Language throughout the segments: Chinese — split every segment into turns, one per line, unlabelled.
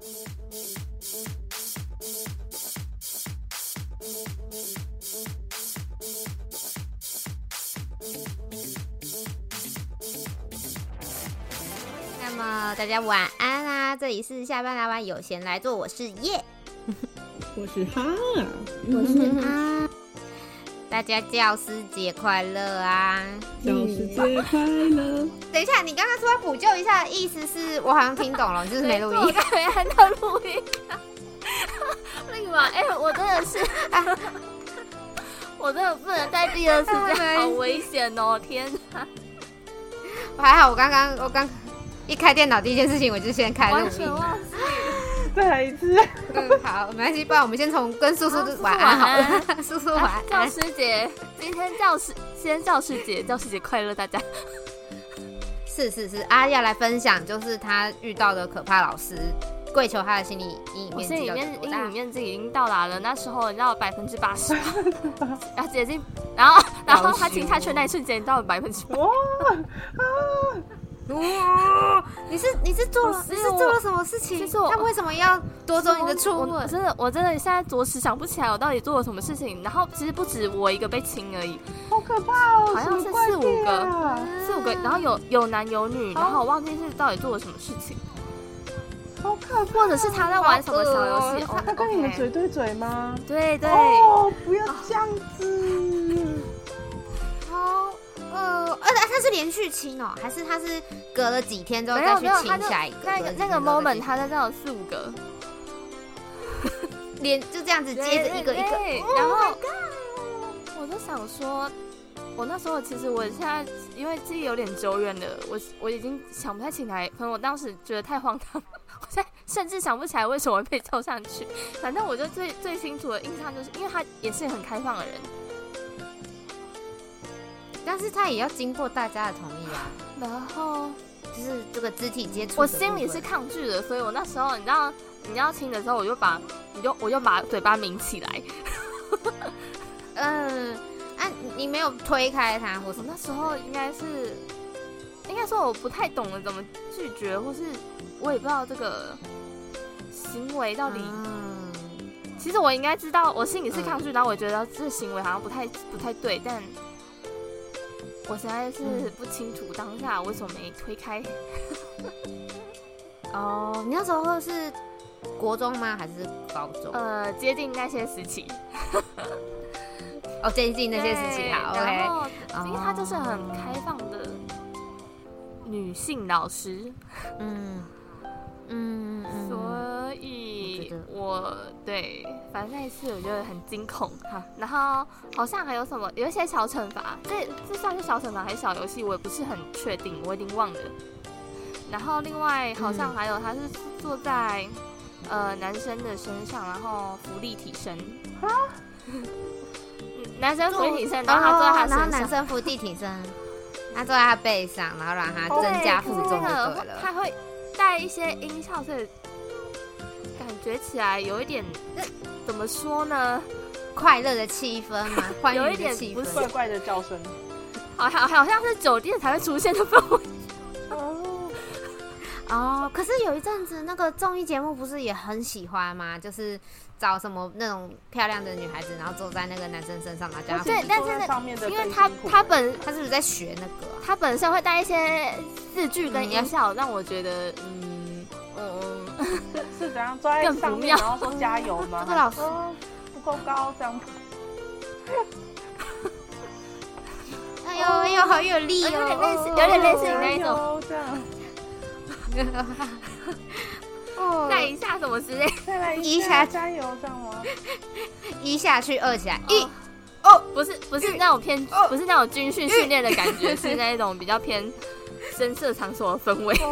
那么大家晚安啊！这里是下班来玩有闲来做，我是叶，
我是哈，
我是啊。大家教师节快乐啊！
教师节快乐！
等一下，你刚刚说要补救一下，意思是我好像听懂了，就是没录音，
我刚没按到录音。那个嘛，我真的是，我真的不能再第二次，这样好危险哦！天哪！
还好我刚一开电脑第一件事情我就先开录音，
完全忘记。
再来一次。
好，没关系，不然我们先从跟叔叔晚安好了。叔叔晚安。
教师节，今天教师节，教师节快乐，大家。
是啊，要来分享就是他遇到的可怕老师，跪求他的心理阴影面积有多大？
阴影面积已经到达了那时候，你知道80%，要接近，然后他亲下去那一瞬间到了8%。
哇！你是做了什么事情？他为什么要夺走你的初吻？
我真的现在着实想不起来我到底做了什么事情。然后其实不止我一个被亲而已，
好可怕哦！
好像是4、5个，然后有男有女，然后我忘记是到底做了什么事情。
好可怕！
或者是他在玩什么小游戏？
他跟你们嘴对嘴吗？
对。
哦，不要这样子。
他是连续亲哦，还是他是隔了几天之后再去亲下一个？
那个 moment 他在这有4、5个，
就这样子接着一个一个，
然后我就想说，我那时候其实我现在因为记忆有点久远了，我已经想不太起来，可能我当时觉得太荒唐了，我现在甚至想不起来为什么会被叫上去。反正我就最清楚的印象就是，因为他也是很开放的人。
但是他也要经过大家的同意啊，
然后
就是这个肢体接触，
我心里是抗拒的，所以我那时候你知道你要亲的时候，我就把嘴巴抿起来。
你没有推开他，或是
那时候应该说我不太懂得怎么拒绝，或是我也不知道这个行为到底。其实我应该知道，我心里是抗拒，然后我觉得这行为好像不太对，但。我实在是不清楚当下为什么没推开。
哦，你那时候是国中吗？还是高中？
接近那些时期。
接近那些时期，好 ，OK。
然后，因为她就是很开放的女性老师，所以反正那一次我觉得很惊恐哈。然后好像还有什么，有一些小惩罚，这算是小惩罚还是小游戏，我也不是很确定，我已经忘了。然后另外好像还有他是坐在男生的身上，然后浮力提升。男生浮力提升，然后他坐在他身上，
然后男生伏地挺身，他坐在他背上，然后让他增加负重就对了。
他会带一些音效，所以感觉起来有一点怎么说呢？
快乐的气氛嘛，欢愉的气氛，
不是怪怪的叫声，
好像是酒店才会出现的氛围。
可是有一阵子那个综艺节目不是也很喜欢吗？就是找什么那种漂亮的女孩子，然后坐在那个男生身上，然后叫他
对，但是因为他
是不是在学那个？
他本身会带一些字句跟音效，让我觉得
是怎样坐在上面，然后说加油吗？
这个老师
不够高这样。
哎呦，好有力哦！
有点类似你那一种
这样。
再一下什么之类，
再来
一下
加油这样吗？
一下去二起来，
不是那种偏，不是那种军训训练的感觉，是那一种比较偏深色场所的氛围。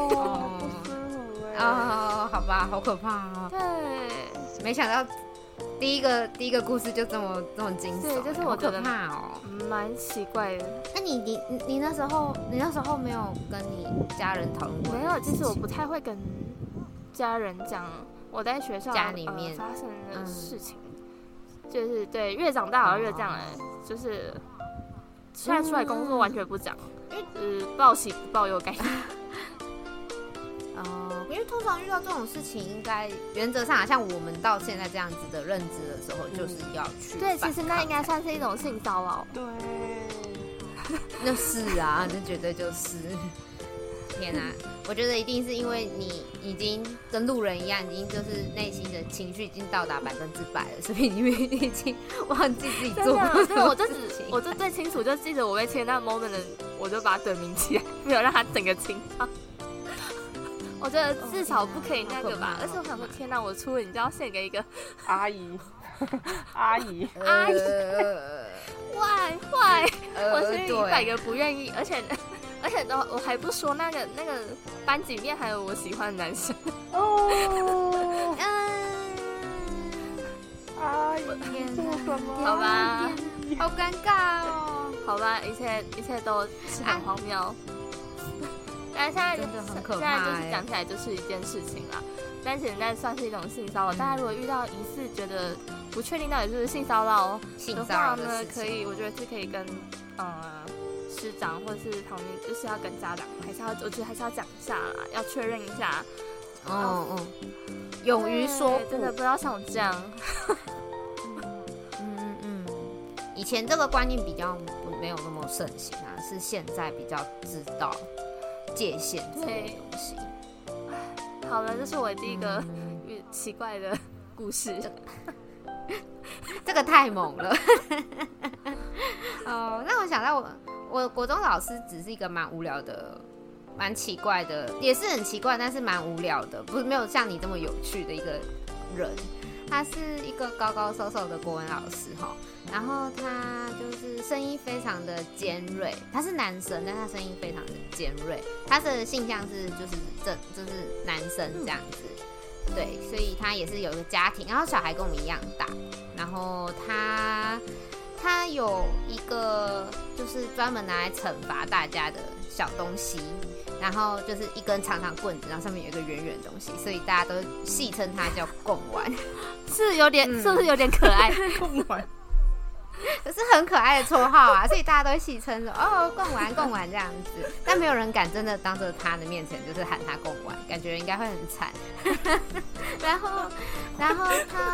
好吧，好可怕哦。
对，
没想到第一个故事就这么惊悚，
对，就是我觉得
怕哦，
蛮奇怪的。
那你那时候没有跟你家人讨论过？
没有，其实我不太会跟家人讲我在学校
家里面
发生的事情，就是对，越长大好像越这样就是现在出来工作完全不讲，报喜不报忧概念。
因为通常遇到这种事情，应该原则上像我们到现在这样子的认知的时候，就是要去
对，其实那应该算是一种性骚扰。
对，
那是啊，那绝对就是。天啊，我觉得一定是因为你已经跟路人一样，已经就是内心的情绪已经到达100%了，所以你已经忘记自己做过什么事情。
我就最清楚，就记得我被亲那 moment 的，我就把他怼明起来，没有让他整个亲到。我觉得至少不可以那个吧，而且我想说，天哪，我出了你就要献给一个
阿姨，阿姨，
坏，我是100个不愿意，而且我还不说那个班级里面还有我喜欢的男生
哦，阿姨做什么？
好吧，
好尴尬哦。
好吧，一切都是很荒谬。但现在
真的很可怕，
现在就是讲起来就是一件事情啦。但其实那算是一种性骚扰。大家如果遇到疑似觉得不确定到底是不是性骚扰的话呢，可以，我觉得是可以跟师长或者是旁边，就是要跟家长，我觉得还是要讲一下啦，要确认一下。
勇于说不，
真的不要像我这样。
以前这个观念比较没有那么盛行啊，是现在比较知道界限这些东西。
好了，这是我第一个奇怪的故事。
这个太猛了。让我想到我国中老师只是一个蛮无聊的、蛮奇怪的，也是很奇怪，但是蛮无聊的，不是没有像你这么有趣的一个人。他是一个高高瘦瘦的国文老师哈，然后他就是声音非常的尖锐，他是男生，但他声音非常的尖锐，他的性向是就是男生这样子，对，所以他也是有一个家庭，然后小孩跟我们一样大，然后他有一个就是专门拿来惩罚大家的小东西，然后就是一根长长棍子，然后上面有一个圆圆的东西，所以大家都戏称它叫贡丸，
是不是有点可爱？
贡丸，
可是很可爱的绰号啊，所以大家都会戏称说贡丸这样子，但没有人敢真的当着他的面前就是喊他贡丸，感觉应该会很惨。然后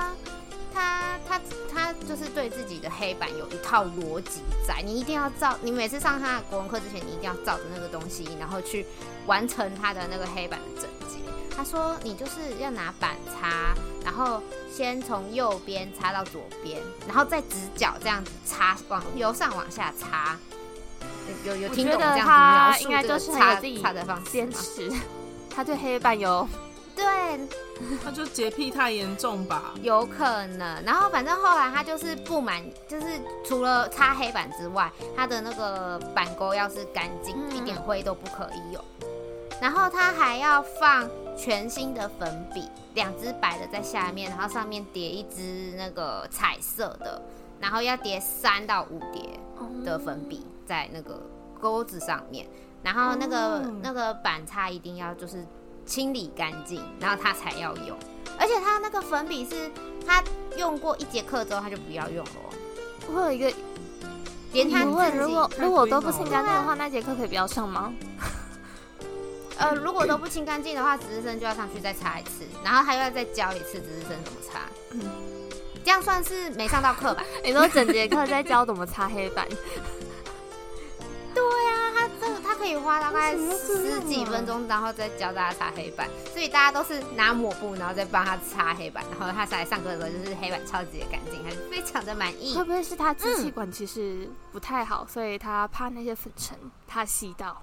他就是对自己的黑板有一套逻辑在，你一定要你每次上他的国文课之前，你一定要照着那个东西，然后去完成他的那个黑板的整洁。他说你就是要拿板擦，然后先从右边擦到左边，然后再直角这样子擦，由上往下擦。有听懂这样子描述这个擦的方式吗？
坚持，他对黑板有。
对，
他就洁癖太严重吧，
有可能。然后反正后来他就是不满，就是除了擦黑板之外，他的那个板钩要是干净，一点灰都不可以有。然后他还要放全新的粉笔，2支白的在下面，然后上面叠1支那个彩色的，然后要叠3到5叠的粉笔在那个钩子上面，然后那个板擦一定要就是清理干净，然后他才要用。而且他那个粉笔是他用过1节课之后他就不要用了。
我有一个
连他自己
如果都不清干净的话，那节课可以不要上吗？
如果都不清干净的话，值日生就要上去再擦一次，然后他又要再教一次值日生怎么擦。这样算是没上到课吧？
你说整节课在教怎么擦黑板？
对啊，他可以花大概10几分钟，然后再教大家擦黑板，所以大家都是拿抹布，然后再帮他擦黑板，然后他来上课的时候就是黑板超级的干净，还是非常的满意。
会不会是他支气管其实不太好，所以他怕那些粉尘他吸到？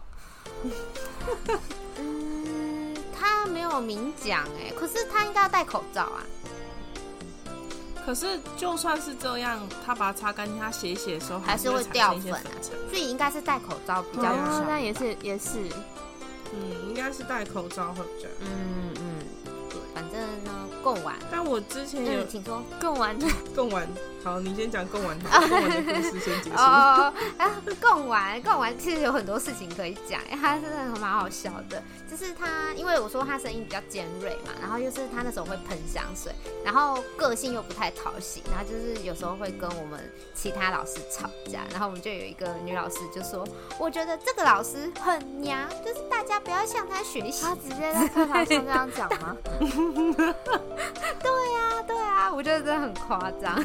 他没有明讲可是他应该要戴口罩啊。
可是就算是这样，他把它擦干净，他写一写的时候
还是会掉粉啊，所以应该是戴口罩比较有效。
那也是，
应该是戴口罩会比较。
对，反正呢，贡丸。
但我之前有
请说
贡丸，
好，你先讲贡丸好了，贡丸的故事先结束。
贡丸其实有很多事情可以讲，他真的蛮好笑的。就是他，因为我说他声音比较尖锐嘛，然后又是他那时候会喷香水，然后个性又不太讨喜，然后就是有时候会跟我们其他老师吵架，然后我们就有一个女老师就说，我觉得这个老师很娘，就是大家不要向他学习。
他直接在课堂上这样讲吗？
对啊，我觉得真的很夸张。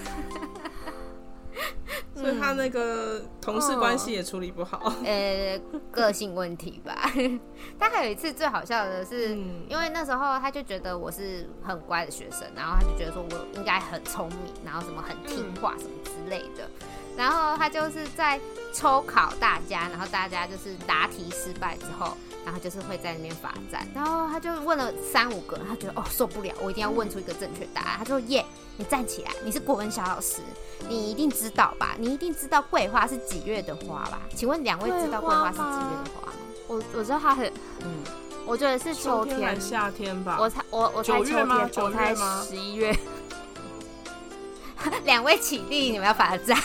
所以他那个同事关系也处理不好，
个性问题吧。他还有一次最好笑的是，因为那时候他就觉得我是很乖的学生，然后他就觉得说我应该很聪明，然后什么很听话什么之类的。然后他就是在抽考大家，然后大家就是答题失败之后，然后就是会在那边罚站，然后他就问了3-5个，他觉得受不了，我一定要问出一个正确答案。他说耶，你站起来，你是国文小老师，你一定知道吧？你一定知道桂花是几月的花吧？请问2位知道桂花是几月的花吗？
我知道它很，我觉得是秋天
还是夏天吧？
我猜秋天，我猜11月。
2位起立，你们要罚站。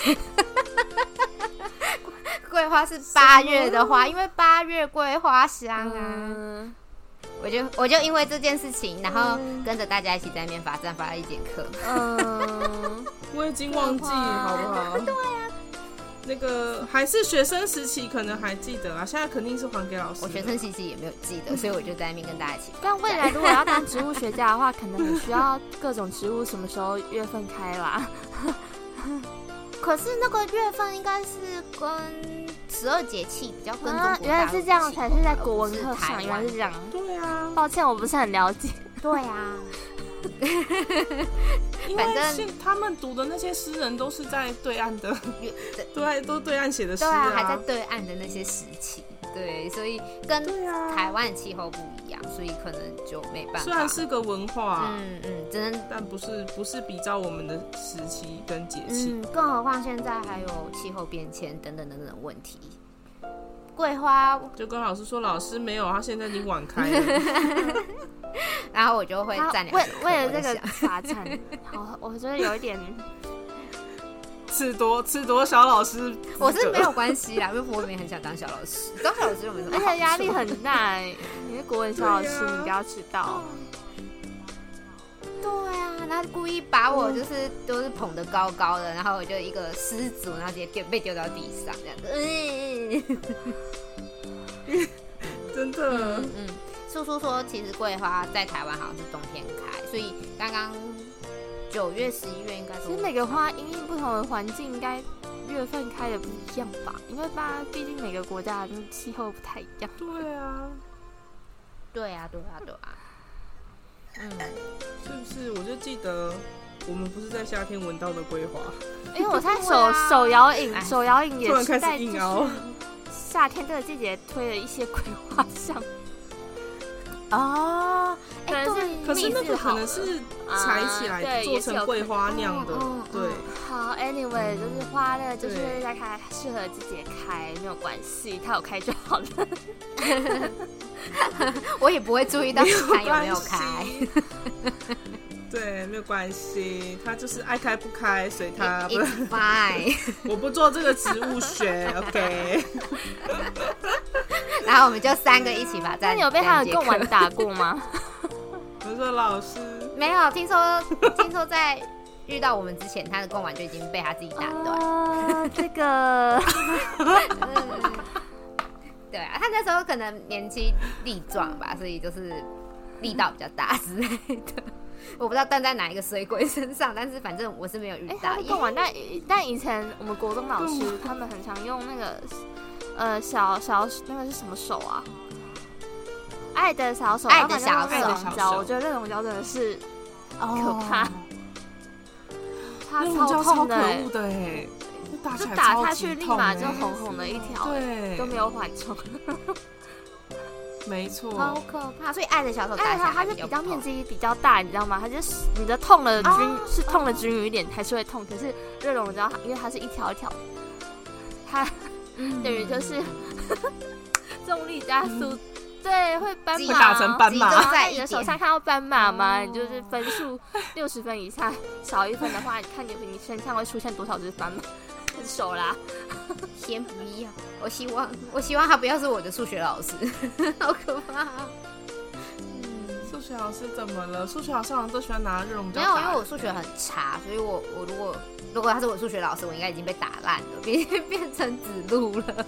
桂花是8月的花，因为8月桂花香啊。我就因为这件事情，然后跟着大家一起在那边罚站，罚了1节课。
我已经忘记，好不好？对啊。那个还是学生时期，可能还记得啊，现在肯定是还给老师。
我学生时期也没有记得，所以我就在那边跟大家一起。
但未来如果要当植物学家的话，可能很需要各种植物什么时候月份开啦。
可是那个月份应该是跟12节气比较跟中国大陆
原来是这样，才是在国文课上，原来是这样。
对啊，
抱歉，我不是很了解。
对啊。
因为他们读的那些诗人都是在对岸的，都对岸写的诗啊，
还在对岸的那些时期，对，所以跟台湾的气候不一样，所以可能就没办法。
虽然是个文化，
真的，
但不是比照我们的时期跟节气，
更何况现在还有气候变迁等等问题。桂花
就跟老师说，老师没有，他现在已经晚开了。
然后我就会站2节课。
为了这个罚站，好，我觉得有一点
吃多小老师，
我是没有关系啦，因为我也很想当小老师，当小老师又没什么好处，
而且压力很大你是国文小老师，你不要迟到。
对啊，他故意把我就是都是捧得高高的，然后我就一个失足，然后直接被丢到地上这样子。
真的。
叔叔说，其实桂花在台湾好像是冬天开，所以刚刚9月、11月应该都。
其实每个花因应不同的环境，应该月份开的不一样吧？因为毕竟每个国家的气候不太一样。
对啊。是不是？我就记得我们不是在夏天闻到的桂花，
因为我猜手摇饮也是在夏天这个季节推了一些桂花香。
可是那个可能是采起来做成桂花酿的，对。
好 ，anyway， 就是花的，就是大概适合季节开，没有关系，它有开就好了。
我也不会注意到它有没有开。
对，没有关系，它就是爱开不开，随它。
It's fine。
我不做这个植物学 ，OK。
然后我们就3个一起罚站。
那你有被他的贡丸打过吗？
我说老师
没有，听说在遇到我们之前，他的贡丸就已经被他自己打断。
这个。
对啊，他那时候可能年轻力壮吧，所以就是力道比较大之类的。我不知道断在哪一个水鬼身上，但是反正我是没有遇到。
他的贡丸，但以前我们国中老师他们很常用那个小那个是什么手啊？爱的小手，
爱的小
手。我觉得热熔胶真的是可怕，它
超
痛的，
可恶的哎。
就打下去，立马就红红的一条，
对，
都没有缓冲。
没错，
好可怕。所以爱的小手打下来，
它是比较面积比较大，你知道吗？它就是你的痛了是痛了均匀一点，还是会痛。可是热熔胶，因为它是一条一条，它等于就是重力加速对，会斑马，
会打成斑马
集中在
你的手上看到斑马吗？
哦
你就是分数60分以下，少1分的话，你看你身上会出现多少只斑马？分手啦！
先不要，我希望他不要是我的数学老师，好可怕。
数学老师怎么了？数学老师好像都喜欢拿热熔胶
没有，
打
因为我数学很差，所以我如果他是我数学老师，我应该已经被打烂了，变成指路了。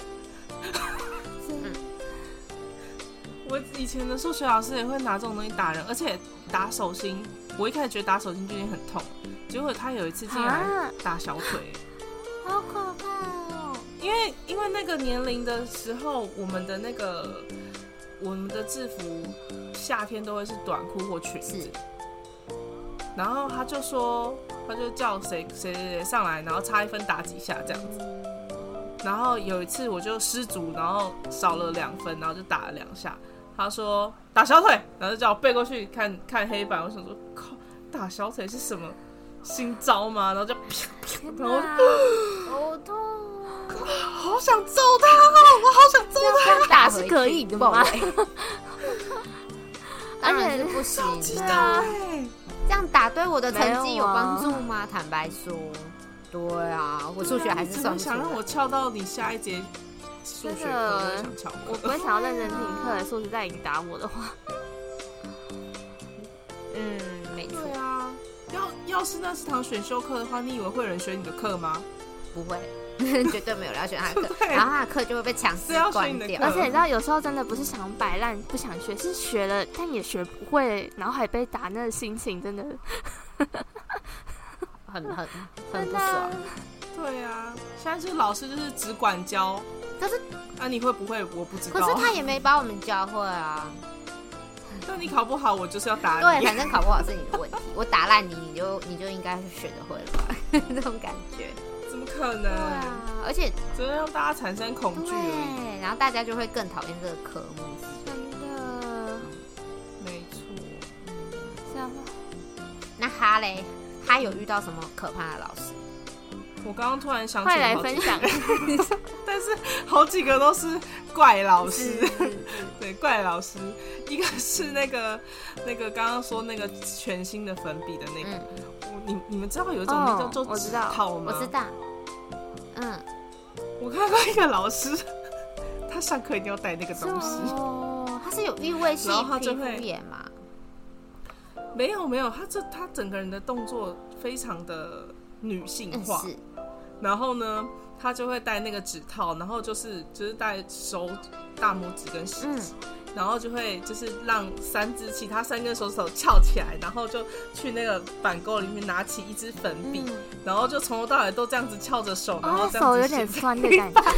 我以前的数学老师也会拿这种东西打人，而且打手心。我一开始觉得打手心就已经很痛，结果他有一次竟然打小腿，
好可怕哦！
因为那个年龄的时候，我们的制服夏天都会是短裤或裙子，然后他就叫谁上来，然后差1分打几下这样子。然后有一次我就失足，然后少了2分，然后就打了2下。他说打小腿，然后就叫我背过去看黑板。我想说，靠，打小腿是什么新招吗？然后就，然后
好痛哦！
好想揍他哦！我好想揍他。
打是可以的吗？
当然是不行
对
的。
啊，
这样打对我的成绩有帮助吗？坦白说，对啊，我数学还是算不出来。
想让我翘到你下一节数学课，我想翘课。
我不会想要认真听课，说实在，你打我的话，
没错
对，啊，要是那是堂选修课的话，你以为会有人选你的课吗？
不会，绝对没有人要选他的课，
对
然后他的课就会被强制关掉。
而且你知道，有时候真的不是想摆烂不想学，是学了但也学不会，然后还被打，那个心情真的
很不爽。
对啊，现在就是老师就是只管教，
可是
啊你会不会我不知道。
可是他也没把我们教会啊。
但你考不好，我就是要打你。
对，反正考不好是你的问题，我打烂你，你就应该学得会了吧？那种感觉。
怎么可能？
对啊，而且
只能让大家产生恐惧而已。
对，然后大家就会更讨厌这个科目。
真的。
没错。
这样
那哈嘞，他有遇到什么可怕的老师？
我刚刚突然想起
快来
好几
分享。
但是好几个都是怪老师，
是
对，怪老师。一个是那个刚刚说那个全新的粉笔的那个，你们知道有一种那叫做指套吗？
我知道。
我看过一个老师，他上课一定要带那个东西。
哦，他是有异位性皮肤炎吗？
没有，他整个人的动作非常的女性化。
是。
然后呢，他就会戴那个指套，然后就是戴手大拇指跟食指，然后就会就是让其他3根手指头翘起来，然后就去那个板钩里面拿起一支粉笔，然后就从头到尾都这样子翘着手，然后这样子
手有点酸的感觉。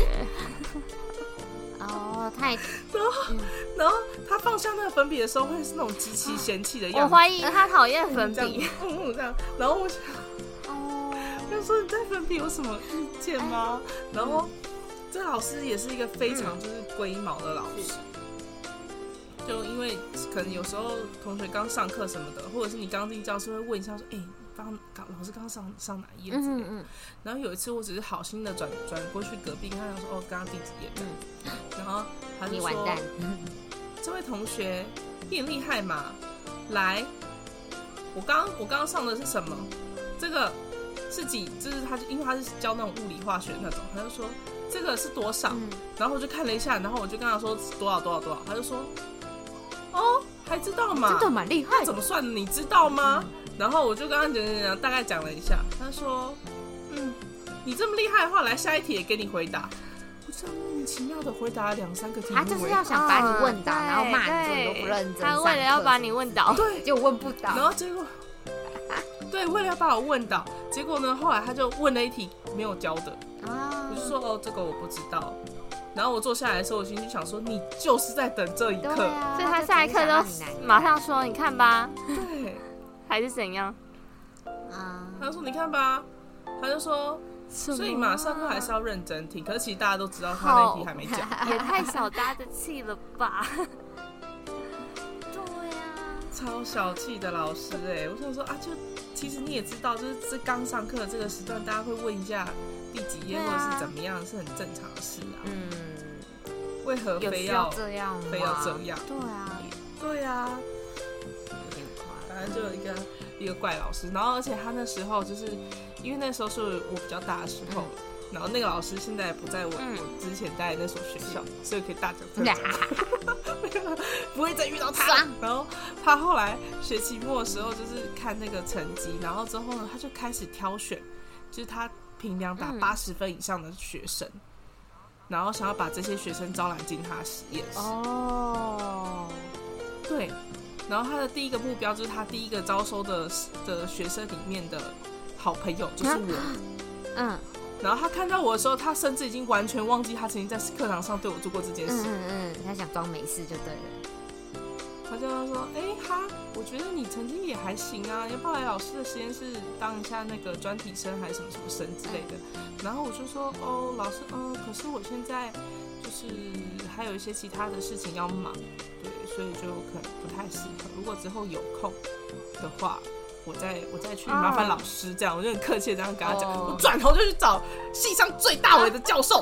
哦，
然后他放下那个粉笔的时候，会是那种极其嫌弃的样子。
我怀疑他讨厌粉笔。
这样，然后我想。就说你对粉笔有什么意见吗？然后这老师也是一个非常就是龟毛的老师，就因为可能有时候同学刚上课什么的，或者是你刚进教室会问一下说，老师刚上哪一页之类的。然后有一次我只是好心的转过去隔壁跟他讲说，刚刚第几页？然后他就说，
你完蛋，
这位同学你很厉害嘛，来，我刚上的是什么？这个。就是他，因为他是教那种物理化学那种，他就说这个是多少，然后我就看了一下，然后我就跟他说多少，他就说哦，还知道吗？
真的蛮厉害的，
怎么算的？你知道吗？然后我就跟他讲，大概讲了一下，他说你这么厉害的话，来下一题也给你回答。我这样莫名其妙的回答了2-3个题目，
他就是要想把你问倒，然后骂你说你都不认真，
他为了要把你问倒，
对，
就问不倒，
然后结果。对，为了要把我问倒，结果呢，后来他就问了一题没有教的，我就说这个我不知道。然后我坐下来的时候，我心里想说，你就是在等这一刻，
所以他下一课就马上说，你看吧，
对，
还是怎样？
他就说你看吧，他就说，所以马上课还是要认真听。可是其实大家都知道他那题还没讲，
也太小家子气了吧。
超小气的老师我想说啊，就其实你也知道，就是这刚上课的这个时段，大家会问一下第几页或者是怎么样，是很正常的事啊。 为何
有需
非要
这样吗？
非要这样？
对啊，
对啊，
有点夸张。
反正就有一个怪老师，然后而且他那时候就是因为那时候是我比较大的时候，然后那个老师现在不在我之前待的那所学校，所以可以大讲特讲，不会再遇到他。然后他后来学期末的时候就是看那个成绩，然后之后呢他就开始挑选，就是他评量达80分以上的学生，然后想要把这些学生招揽进他的实验室。
哦，
对。然后他的第一个目标就是他第一个招收的学生里面的好朋友就是我。然后他看到我的时候，他甚至已经完全忘记他曾经在课堂上对我做过这件事。
他想装没事就对了。
他就说：“我觉得你成绩也还行啊，要不要来老师的实验室当一下那个专题生还是什么什么生之类的？”然后我就说：“哦，老师，可是我现在就是还有一些其他的事情要忙，对，所以就可能不太适合。如果之后有空的话，我再去麻烦老师。”这样我就很客气的这样跟他讲。我转头就去找系上最大尾的教授，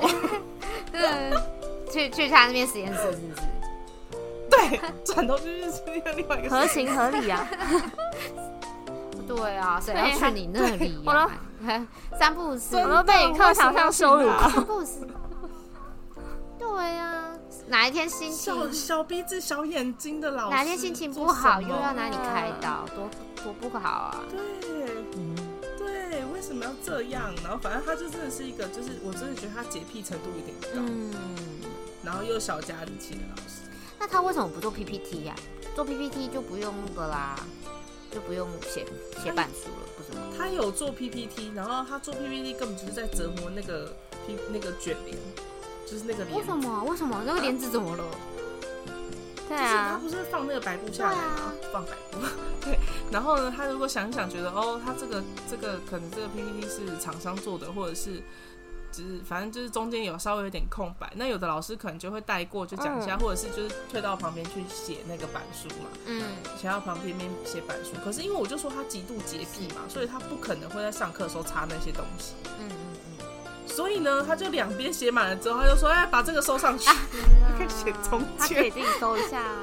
去他那边实验室是不是？
对，转头就是另外一个
合情合理啊。
对啊，谁要去你那里啊？三不五时，
我都被你课堂上羞辱过。
三不五时，对啊，哪一天心情
小鼻子小眼睛的老师，
哪一天心情不好又要拿你开导，多不好啊！
对，为什么要这样？然后反正他就真的是一个，就是我真的觉得他洁癖程度有点高，然后又小家子气的老师。
那他为什么不做 PPT 呀？做 PPT 就不用那个啦，就不用写板书了，不是吗？
他有做 PPT， 然后他做 PPT 根本就是在折磨那个卷帘，就是那个帘。
为什么那个帘子怎么了？
对
就是他
啊，
不是放那个白布下来吗？放白布。对，然后呢，他如果想一想，觉得他这个可能这个 PPT 是厂商做的，或者是就是反正就是中间有稍微有点空白，那有的老师可能就会带过就讲一下，或者是就是退到旁边去写那个板书嘛，写到旁边写板书。可是因为我就说他极度洁癖嘛，所以他不可能会在上课的时候擦那些东西。所以呢，他就两边写满了之后，他就说：“把这个收上去，可以写中间。”
他可以自己收一下。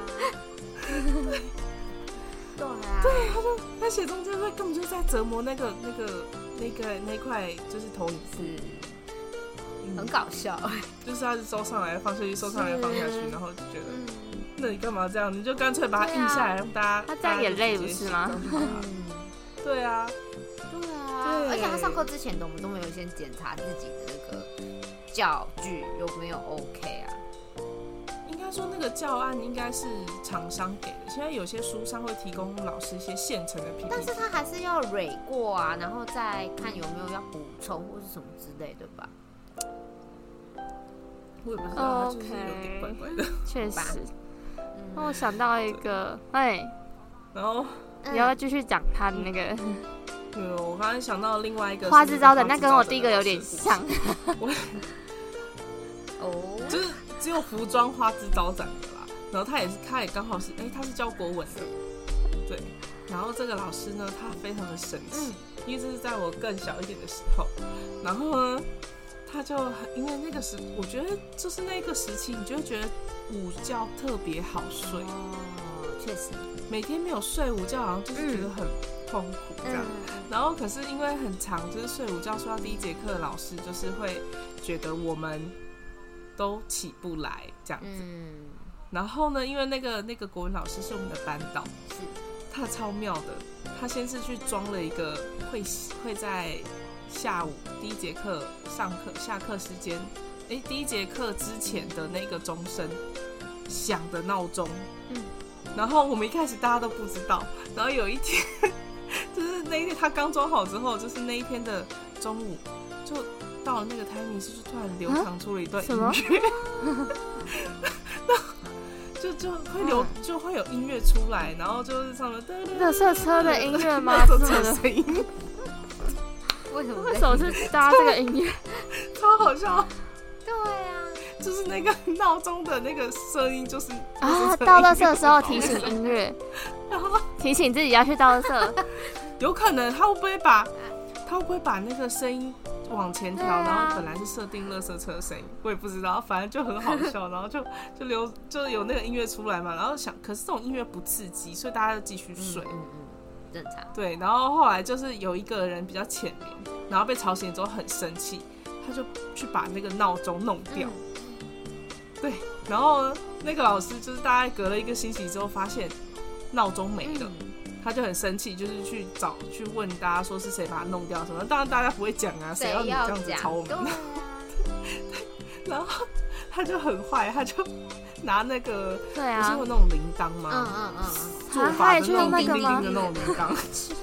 对啊，
对，他写中间，他根本就是在折磨那块就是投影
是很搞笑。
就是他是收上来放下去，收上来放下去，然后就觉得，那你干嘛这样？你就干脆把它印下来，让大家
他这样也累不是吗？
对啊。
而且他上课之前我们都没有先检查自己的那个教具有没有 OK 啊？
应该说那个教案应该是厂商给的，现在有些书上会提供老师一些现成的 PPT，
但是他还是要蕊过啊，然后再看有没有要补充或是什么之类的吧。
我也不知道，他就是有点怪怪的。
确实。让我想到一个，
然后
你要继续讲他的那个。
我刚才想到另外一个
花枝招展，那跟我第一个有点像。
就是只有服装花枝招展的啦。然后他也刚好是，他是教国文的，对。然后这个老师呢，他非常的神奇，因为这是在我更小一点的时候。然后呢，他就因为那个时，我觉得就是那个时期，你就会觉得午觉特别好睡。
确实，
每天没有睡午觉，好像就是觉得很痛苦这样。然后可是因为很长，就是睡午觉睡到第一节课的老师就是会觉得我们都起不来这样子。然后呢，因为那个国文老师是我们的班导，他超妙的，他先是去装了一个会在下午第一节课下课时间，第一节课之前的那个钟声响的闹钟。然后我们一开始大家都不知道，然后有一天。就是那一天他刚装好之后，就是那一天的中午，就到了那个timing，就突然流淌出了一段音乐，就会有音乐出来，然后就是上面
垃圾车的音乐吗？
垃圾车的声音。
为什么
是搭这个音乐？
超好笑。
对啊，
就是那个闹钟的那个声音，就是
到垃圾的时候提醒音乐。提醒自己要去倒垃圾，
有可能他会不会把那个声音往前调，然后本来是设定垃圾车的声音，我也不知道，反正就很好笑，然后就有那个音乐出来嘛，然后想，可是这种音乐不刺激，所以大家就继续睡。
正常。
对，然后后来就是有一个人比较浅眠，然后被吵醒之后很生气，他就去把那个闹钟弄掉。对，然后呢，那个老师就是大概隔了1个星期之后发现闹钟没了。他就很生气，就是去问大家说是谁把它弄掉什么。当然大家不会讲啊，谁要你这样子吵我们？然后他就很坏，他就拿那个不是有那种铃铛吗？做法的那种叮叮叮的那种铃铛。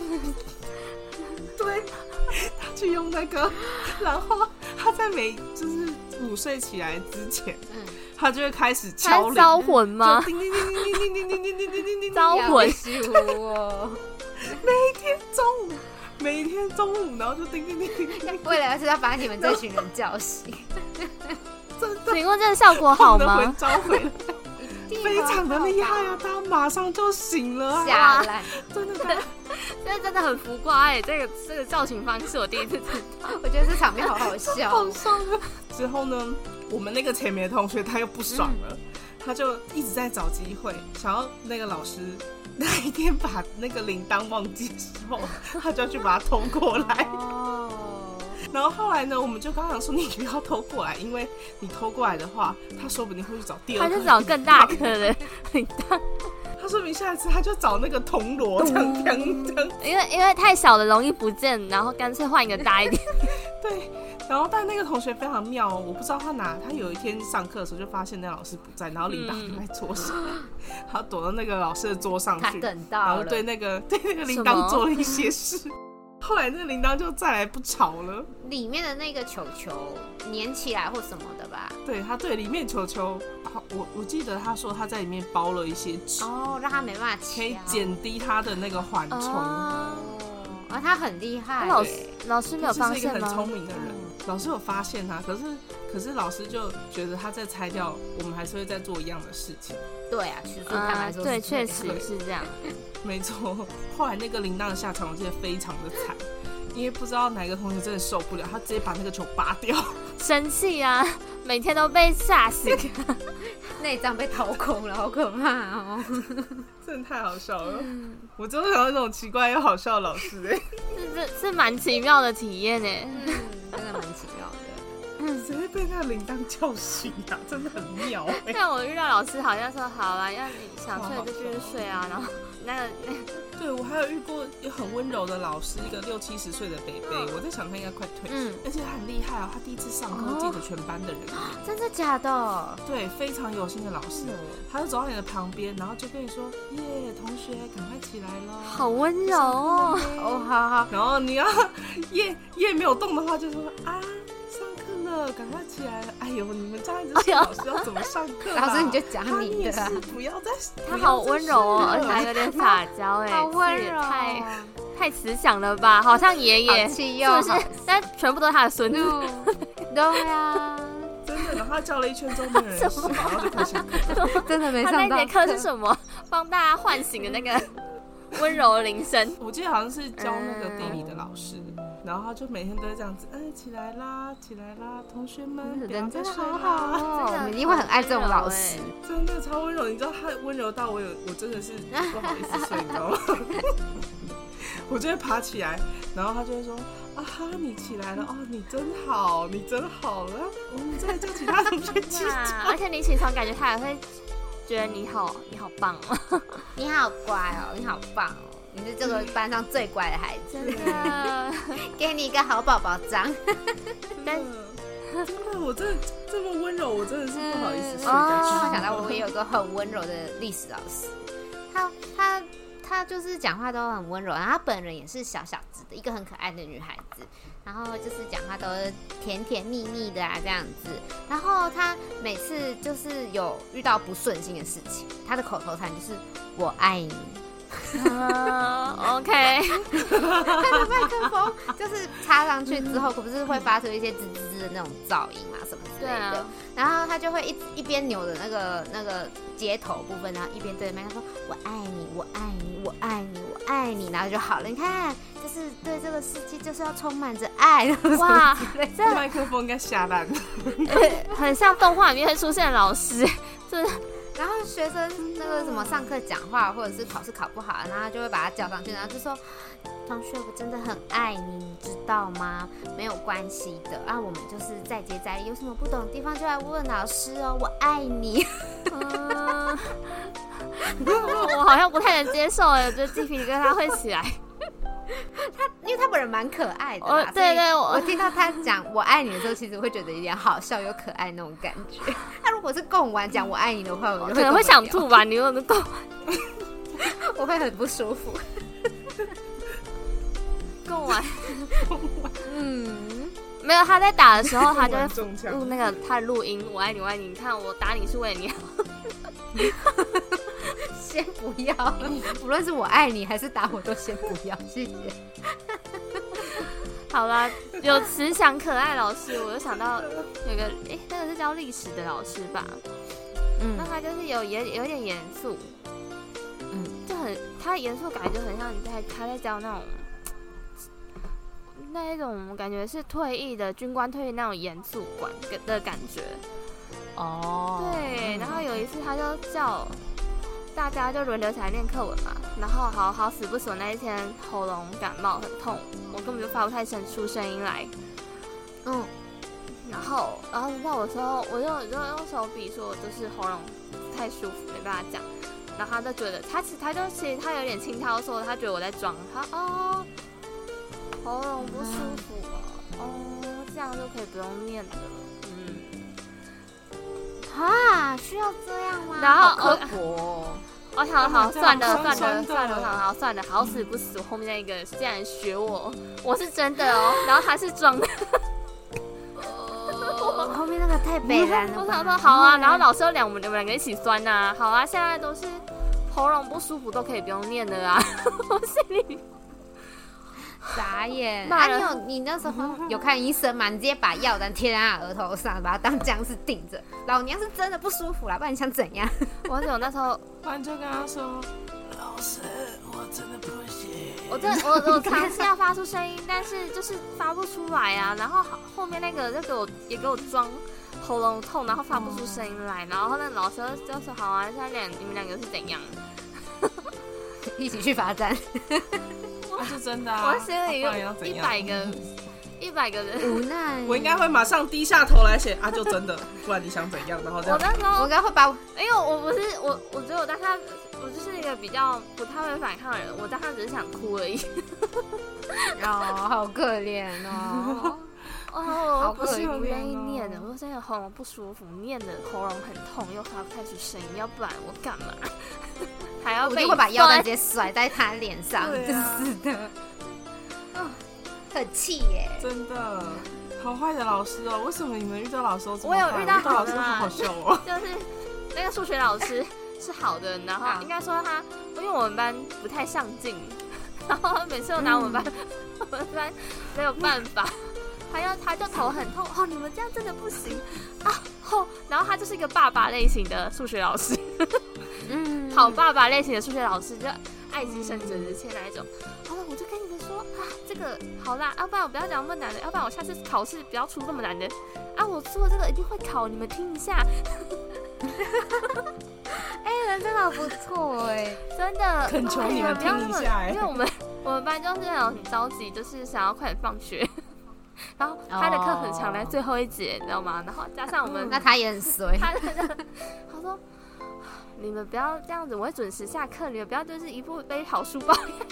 对，他去用那个，然后他在就是午睡起来之前。他就会开始敲铃，
招魂吗？
叮叮叮叮叮叮叮叮叮叮叮，
招魂
哦！每天中午，然后就叮叮叮叮，
为了是要把你们这群人叫醒。
真的，
请问这个效果好吗？
魂召回来，非常的厉害啊！他马上就醒了啊！
下来，
真的，
这真的很浮夸哎！这个叫醒方式我第一次知道，
我觉得这场面好笑，
好笑的。之后呢？我们那个前面的同学他又不爽了，他就一直在找机会，想要那个老师那一天把那个铃铛忘记之后，他就要去把它偷过来。然后后来呢，我们就刚刚说你不要偷过来，因为你偷过来的话，他说不定会去找第二颗，
他就找更大颗的铃铛。
他说明下一次他就找那个铜锣这样这样。
因为太小的容易不见，然后干脆换一个大一点。
对。然后，但那个同学非常妙哦，我不知道他有一天上课的时候就发现那个老师不在，然后铃铛就在桌上，他躲到那个老师的桌上去，
他等到了，
然后对那个铃铛做了一些事。后来那个铃铛就再来不吵了，
里面的那个球球粘起来或什么的吧？
对，他对里面球球，我记得他说他在里面包了一些纸，
让他没办法
可以减低他的那个缓冲。
他很厉害。
老师没有发现吗？
是一个很聪明的人。老师有发现他，可是老师就觉得他在拆掉，我们还是会再做一样的事情。
对啊，其实坦白说，
对，确实是这样。
没错，后来那个铃铛的下场，我记得非常的惨，因为不知道哪个同学真的受不了，他直接把那个球拔掉，
生气啊！每天都被吓死，
内脏被掏空了，好可怕哦！
真的太好笑了，我真的想到那种奇怪又好笑的老师
是蛮奇妙的体验
真的蛮奇妙的。
谁会被那个铃铛叫醒啊？真的很妙
像我遇到老师好像说好啦，要你想睡就继续睡啊，然后
对，我还有遇过一个很温柔的老师，一个60-70岁的北北，我在想他应该快退休，而且他很厉害哦，他第一次上课记得全班的人，
真的假的？
对，非常有心的老师，他就走到你的旁边，然后就跟你说：“耶，同学，赶快起来咯。”
好温柔哦，
好。
然后你要耶没有动的话，就说啊。赶快起来了！哎呦，你们这样一直老师要怎么上课？
老师你就讲你的，
不要再。
他好温柔哦，而且还有点撒娇
好温柔，
太慈祥了吧？好像爷爷，
是
不是？但全部都是他的孙子。
对呀，
真的。然后他叫了一圈之后，没有人醒，然后就开始课。
真的没上到。
他那节课是什么？帮大家唤醒的那个温柔的铃声。
我记得好像是教那个地理的老师。然后他就每天都会这样子，起来啦，起来啦，同学们，
人真的好
好，
真的，你一定会很爱这种老师，
真的超温柔。你知道他温柔到我真的是不好意思睡，你知道吗？我就会爬起来，然后他就会说：“啊哈，你起来了哦，你真好，你真好了，我们再叫其他同学起床。”
而且你起床，感觉他也会觉得你好棒哦，
你好乖哦，你好棒哦。你是这个班上最乖的孩子，
真的，
给你一个好宝宝章。
真的，我真的这么温柔，我真的是不好意思睡下
去。我想到我也有个很温柔的历史老师，他就是讲话都很温柔，然后他本人也是小小只的一个很可爱的女孩子，然后就是讲话都是甜甜蜜蜜的啊这样子。然后他每次就是有遇到不顺心的事情，他的口头禅就是“我爱你”。
OK，
他的麦克风就是插上去之后，可不是会发出一些吱吱吱的那种噪音嘛，什么之类的。然后他就会一边扭着那个接头部分，然后一边对着麦克风说：“我爱你，我爱你，我爱你，我爱你，然后就好了。你看，就是对这个世界就是要充满着爱。
哇，
这麦克风应该下烂，
很像动画里面会出现的老师，就是。
然后学生那个什么上课讲话，或者是考试考不好，然后就会把他叫上去，然后就说：“同学，我真的很爱你，你知道吗？没有关系的啊，我们就是再接再厉，有什么不懂的地方就来问老师哦，我爱你。”
我好像不太能接受哎，我觉得鸡皮疙瘩会起来。
因为他本人蛮可爱的啦，
对对，
我听到他讲我爱你的时候，其实会觉得有点好笑又可爱那种感觉。他如果是贡丸讲我爱你的话，我就
可能会想吐吧。你如果是贡丸，
我会很不舒服。
贡丸，没有，他在打的时候，他就会录那个他的录音，我爱你，我爱你，你看我打你是为了你好。
先不要，不论是我爱你还是打我都先不要，谢谢。
好啦，有慈祥可爱老师，我就想到有个那个是教历史的老师吧，那他就是有点严肃，就很他的严肃感就很像他在教那一种感觉是退役的军官退役那种严肃的感觉。哦，对，然后有一次他就叫大家就轮流起来念课文嘛，然后好死不死，我那一天喉咙感冒很痛，我根本就发不太出声音来。然后轮到我的时候，我就用手比说我就是喉咙不太舒服，没办法讲。然后他就觉得他其实他有点轻佻说，他觉得我在装，他喉咙不舒服这样就可以不用念的了。
需要这样吗？
然后
刻薄。
好，算了，好死不死，我后面那个竟然学我是真的哦，然后他是装的。
后面那个太北蓝了。
我想说好啊，然后老师又我们两个一起酸啊，好啊，现在都是喉咙不舒服都可以不用念的啊，我心里。
傻眼！你那时候有看医生吗？你直接把药单贴在他额头上，把他当僵尸顶着。老娘是真的不舒服啦，不然你想怎样？
我那时候，
不然就跟他说：“老师，我真的不行。”
我尝试要发出声音，但是就是发不出来啊。然后后面那个就给我装喉咙痛，然后发不出声音来。然后那老师就说：“好啊，现在你们两个是怎样？
一起去罚站。”
那是真的啊！
我心里有100个人
无奈，
我应该会马上低下头来写就真的，不然你想怎样？然后这样。
我那时候
我应该会把，
因为我觉得我当下我就是一个比较不太会反抗的人，我当下只是想哭而已。
好可怜哦！
我不是不愿意念的，我真的喉咙不舒服，念的喉咙很痛，又发不太出声音，要不然我干嘛？还要
我就会把药单直接甩在他脸上，真是的，很气耶！
真的，好坏的老师哦！为什么你们遇到老师都这么
坏？
我有遇到
好
的啦，好笑哦！
就是那个数学老师是好的，然后应该说因为我们班不太上进，然后每次都拿我们班没有办法。他就头很痛你们这样真的不行然后他就是一个爸爸类型的数学老师，好爸爸类型的数学老师，就爱之深责之切那一种。好了，我就跟你们说这个好啦，要不然我不要讲那么难的，要不然我下次考试不要出那么难的我做这个一定会考，你们听一下。
人真的好不错
真的，
恳求你们听一下
因为我们班就是那种很着急，就是想要快点放学。然后他的课很长，在最后一节，你知道吗？然后加上我们，
那他也很衰。
他说：“你们不要这样子，我会准时下课，你们不要就是一副背好书包。”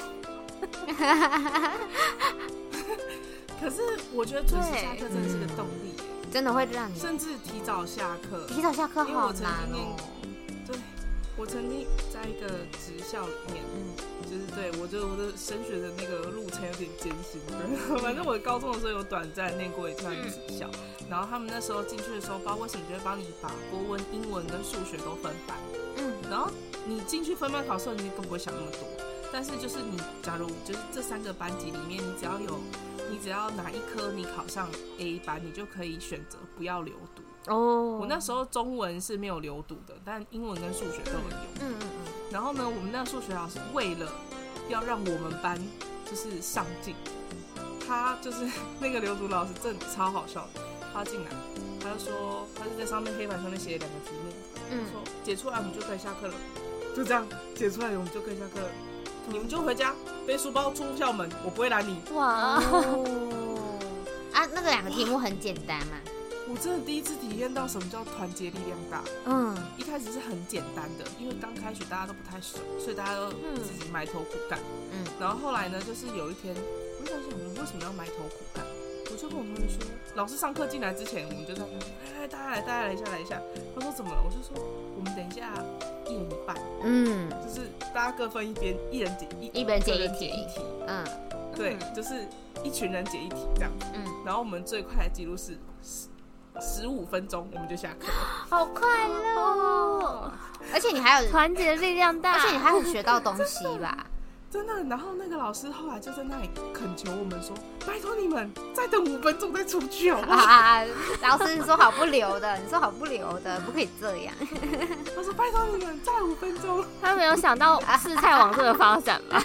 可是我觉得准时下课真的是个动力，
真的会让你
甚至提早下课。
提早下课好难
哦。对，我曾经在一个职校里面，就是我的升学的那个路程有点艰辛。反正我高中的时候有短暂念过一段职校，然后他们那时候进去的时候，不知道为什么就会帮你把国文、英文跟数学都分班。然后你进去分班考试，你根本不会想那么多。但是就是你，假如就是这3个班级里面，你只要哪一科你考上 A 班，你就可以选择不要留读。我那时候中文是没有留读的，但英文跟数学都有留。然后呢，我们那个数学老师为了要让我们班就是上进。他就是那个刘祖老师真的超好笑的，他进来他就说，他就在上面黑板上面写了2个题目，说解出来我们就可以下课了，就这样解出来我们就可以下课了，你们就回家背书包出校门，我不会拦你。
哇！
啊，那个2个题目很简单嘛。
我真的第一次体验到什么叫团结力量大。一开始是很简单的，因为刚开学大家都不太熟，所以大家都自己埋头苦干。然后后来呢，就是有一天，我想想我们为什么要埋头苦干？我就跟我同学说，老师上课进来之前，我们就这样，大家来一下。他说怎么了？我就说我们等一下1人1半，就是大家各分一边，一人解一题。对，就是一群人解一题这样。然后我们最快的记录是15分钟我们就下课，
好快乐哦！而且你还有
团结力量大，
而且你还有学到东西吧？
真的。然后那个老师后来就在那里恳求我们说：“拜托你们再等5分钟再出去好不好？”
老师，你说好不留的，不可以这样。
他说：“拜托你们再5分钟。”
他没有想到事态往这个发展吧？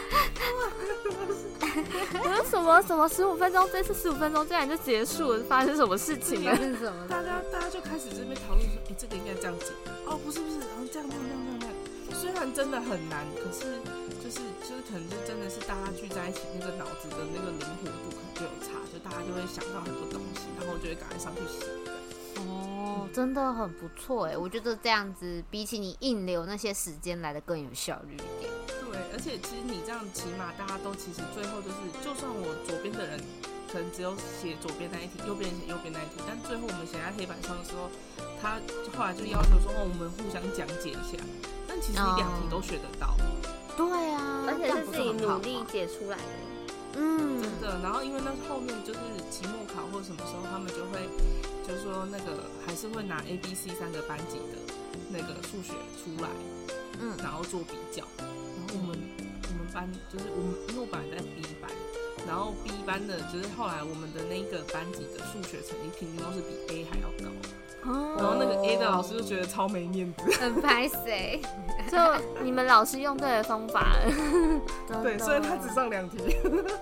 我说什么15分钟，这次15分钟竟然就结束了，发生什么事情了？
是什么？
大家就开始这边讨论说，这个应该这样解，不是，然后这样。虽然真的很难，可是就是可能就真的是大家聚在一起，那个脑子的那个灵活度可能就有差，就大家就会想到很多东西，然后就会赶快上去写。
真的很不错哎，我觉得这样子比起你硬留那些时间来的更有效率一点。
对，而且其实你这样起码大家都其实最后就是，就算我左边的人可能只有写左边那一题，右边写右边那一题，但最后我们写在黑板上的时候，他后来就要求说，我们互相讲解一下。但其实你2题都学得到。
对啊，
而且是自己努力解出来的。
真的。然后因为那后面就是期末考或什么时候，他们就会就是说那个还是会拿 A、B、C 3个班级的那个数学出来，然后做比较。然后我们班就是因为我本来在 B 班，然后 B 班的就是后来我们的那个班级的数学成绩平均都是比 A 还要高。然后那个 A 的老师就觉得超没面子，
很拍谁？
就你们老师用对了方法了。
对，所以他只上2题。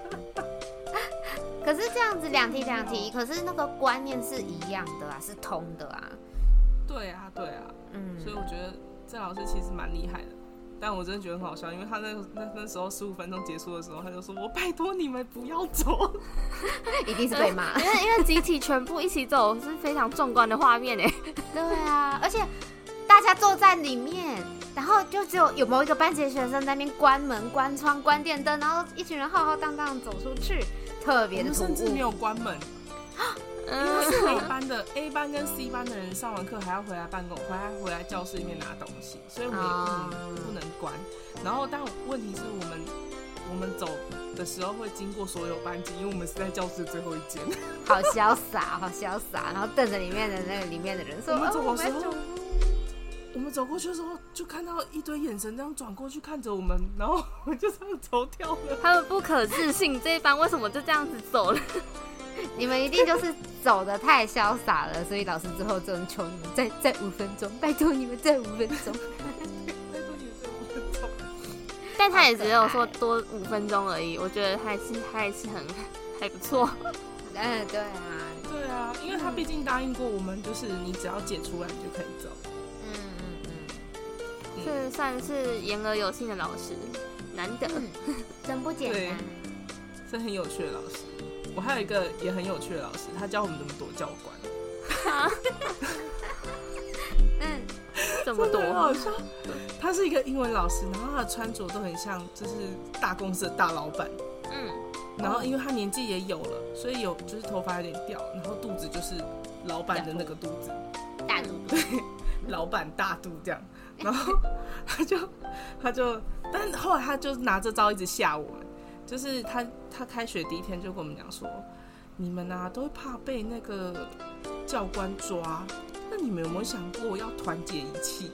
可是这样子2题，可是那个观念是一样的啊，是通的啊。
对啊，所以我觉得这老师其实蛮厉害的。但我真的觉得很好笑，因为他那时候15分钟结束的时候，他就说：“我拜托你们不要走。”
一定是被骂，
因为集体全部一起走是非常壮观的画面哎。
对啊，而且大家坐在里面，然后就只有某一个班级的学生在那边关门、关窗、关电灯，然后一群人浩浩荡荡走出去，特别的突兀。
甚至没有关门。因为是 A 班跟 C 班的人上完课还要回来办公，回来教室里面拿东西，所以我们也不能关。然后，但问题是我们走的时候会经过所有班级，因为我们是在教室最后一间。
好潇洒，然后瞪着里面的人说：“
我们走的时候，我们走过去的时候，就看到一堆眼神这样转过去看着我们，然后我们就这样走掉了。
他们不可置信，这一班为什么就这样子走了？
你们一定就是走得太潇洒了，所以老师之后只能求你们再5分钟，拜托你们再5分钟。
拜托你们再5分钟。
但他也只有说多5分钟而已，我觉得还是还不错。
对啊，
因为他毕竟答应过我们，就是你只要解出来你就可以走。
这算是言而有信的老师，难得，
真不简单。
是很有趣的老师。我还有一个也很有趣的老师，他教我们怎么躲教官。
怎么躲？
好笑。他是一个英文老师，然后他的穿着都很像就是大公司的大老板。然后因为他年纪也有了，所以就是头发有点掉，然后肚子就是老板的那个肚子，
大肚子。
对，老板大肚这样。然后他就，但后来他就拿这招一直吓我们。就是他开学第一天就跟我们讲说，你们啊都会怕被那个教官抓，那你们有没有想过要团结一气？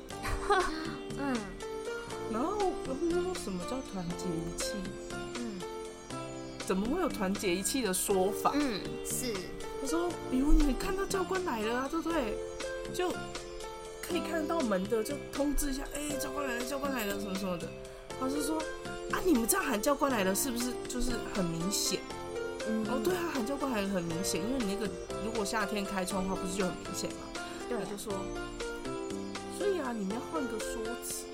然后我就说什么叫团结一气？怎么会有团结一气的说法？
是。
他说，比如你们看到教官来了啊，对不对？就可以看得到门的，就通知一下，教官来了，教官来了，什么什么的。老师说， 啊，你们这样喊教官来了，是不是就是很明显？哦，对啊，喊教官来了很明显，因为你那个如果夏天开窗的话，不是就很明显吗？
对，
他就说，所以啊，你们要换个说辞。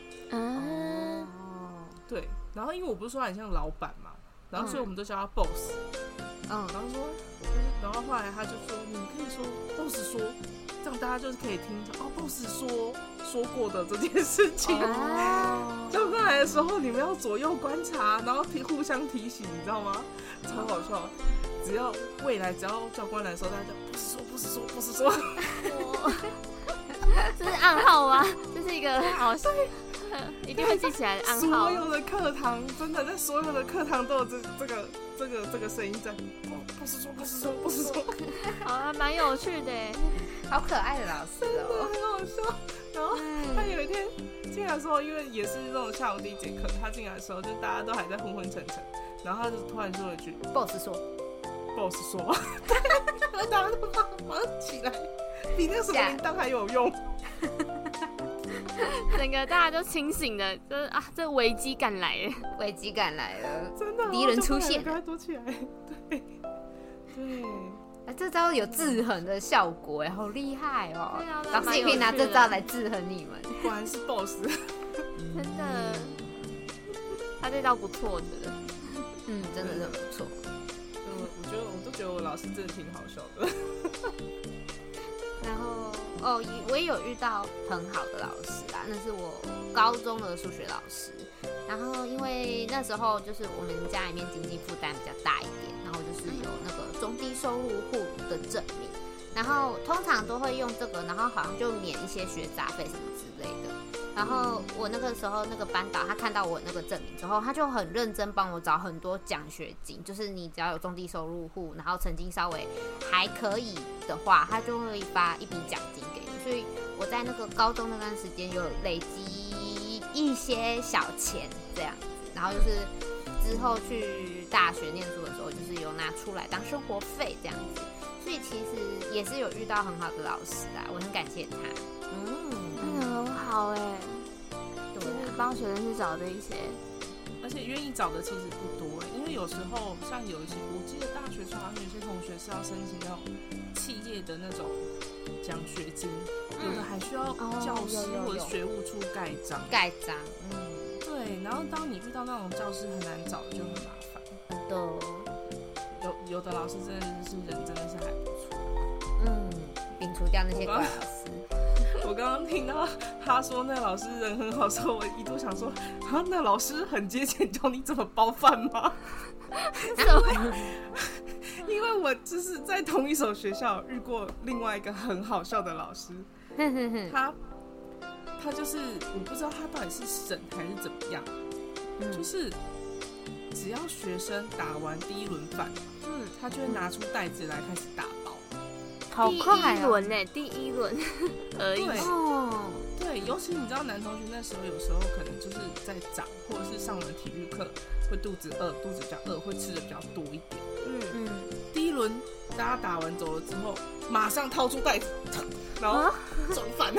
对，然后因为我不是说他很像老板嘛，然后所以我们都叫他 boss。然后后来他就说，你可以说 boss 说，这样大家就是可以听着哦 boss 说过的这件事情。教官来的时候，你们要左右观察，然后互相提醒，你知道吗？超好笑。只要未来只要教官来的时候，大家就不是说。
这是暗号吗？这是一个好像一定会记起来的暗号。
所有的课堂真的在所有的课堂都有这个声音在。不是说。
好，还蛮有趣的，
好可爱的老师哦，
很好笑。然后他有一天进来的时候，因为也是那种下午第一节课，他进来的时候就大家都还在昏昏沉沉，然后他就突然说了一句
：“boss 说。”
然后大家都马上起来，比那个什么铃铛还有用。
整个大家都清醒的，就是啊，这危机感来了，
真的，
敌人出现，
赶快躲起来。对，
这招有制衡的效果哎，好厉害哦！
对啊，
老师也可以拿这招来制衡你们。
果然是 boss，
真的，他这招不错的，
真的很不错。
我都觉得我老师真的挺好笑的。
然后我也有遇到很好的老师啦，那是我高中的数学老师。然后因为那时候就是我们家里面经济负担比较大一点，然后就是有那个中低收入户的证明，然后通常都会用这个，然后好像就免一些学杂费什么之类的。然后我那个时候那个班导他看到我那个证明之后，他就很认真帮我找很多奖学金，就是你只要有中低收入户，然后成绩稍微还可以的话，他就会发一笔奖金给你。所以我在那个高中那段时间有累积一些小钱这样子，然后就是之后去大学念书的时候，就是有拿出来当生活费这样子。所以其实也是有遇到很好的老师啊，我很感谢他。
很好哎，就是帮学生去找的一些，
而且愿意找的其实不多，因为有时候像有一些，我记得大学时候好像有些同学是要申请那种企业的那种奖学金，有的还需要教师或者学务处盖章。对，然后当你遇到那种教师很难找，就很麻烦。有的老师真的是人真的是还不错。
摒除掉那些怪老师。
我刚刚听到他说那老师人很好的时候，我一度想说，啊，那老师很节俭，教你怎么包饭吗？因为我就是在同一所学校遇过另外一个很好笑的老师，他就是我不知道他到底是省还是怎么样，就是只要学生打完第一轮饭，他就会拿出袋子来开始打包。
好快
第一轮而已。
对，尤其你知道男同学那时候有时候可能就是在长，或者是上完体育课会肚子饿，肚子比较饿，会吃的比较多一点。第一轮大家打完走了之后，马上掏出袋子，然后装饭，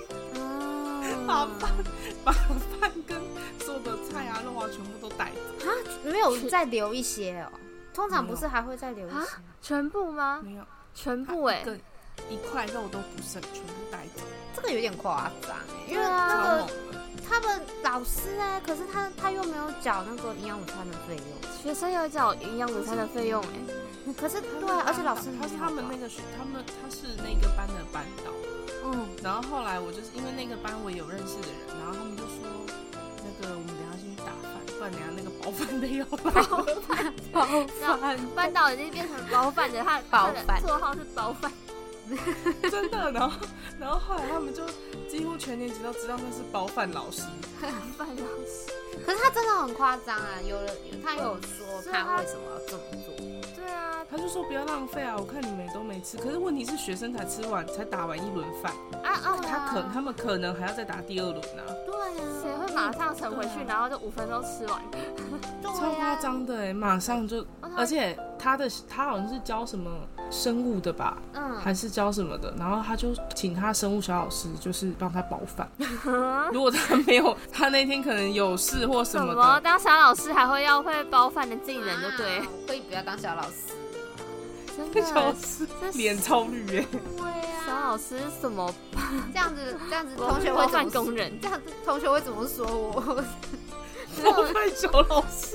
把饭跟所有的菜啊、肉啊全部都带着。
没有再留一些哦？通常不是还会再留一些？
全部吗？
没有。
全部
一块肉都不剩，全部带走。
这个有点夸张因为那个他们老师可是他又没有缴那个营养午餐的费用，
学生有缴营养午餐的费用
可是对而且老师
他是他们那个他是那个班的班导，然后后来我就是因为那个班我有认识的人，然后他们就说那个我们等一下先去打饭，不然等一下那个包饭的要
包饭，班导已经变成包饭的，他的绰号是包饭。
真的，然后后来他们就几乎全年级都知道那是包饭老师。
饭老师，
可是他真的很夸张啊！他有说他为什么要这么做？
对啊，
他就说不要浪费啊！我看你们都没吃，可是问题是学生才打完一轮饭他们可能还要再打第二轮啊。
对啊，
谁会马上盛回去，然后就5分钟吃完。
超夸张的哎，马上就，而且他好像是教什么生物的吧，还是教什么的，然后他就请他生物小老师就是帮他包饭。如果他没有，他那天可能有事或什么的，
当小老师还会要会包饭的技能，就对。
可以不要当小老师。
真的，
小老师脸超绿哎。
对啊，
小老师什么？
这样子同学会怎么
工人？
这样子同学会怎么说我？
包饭小老师，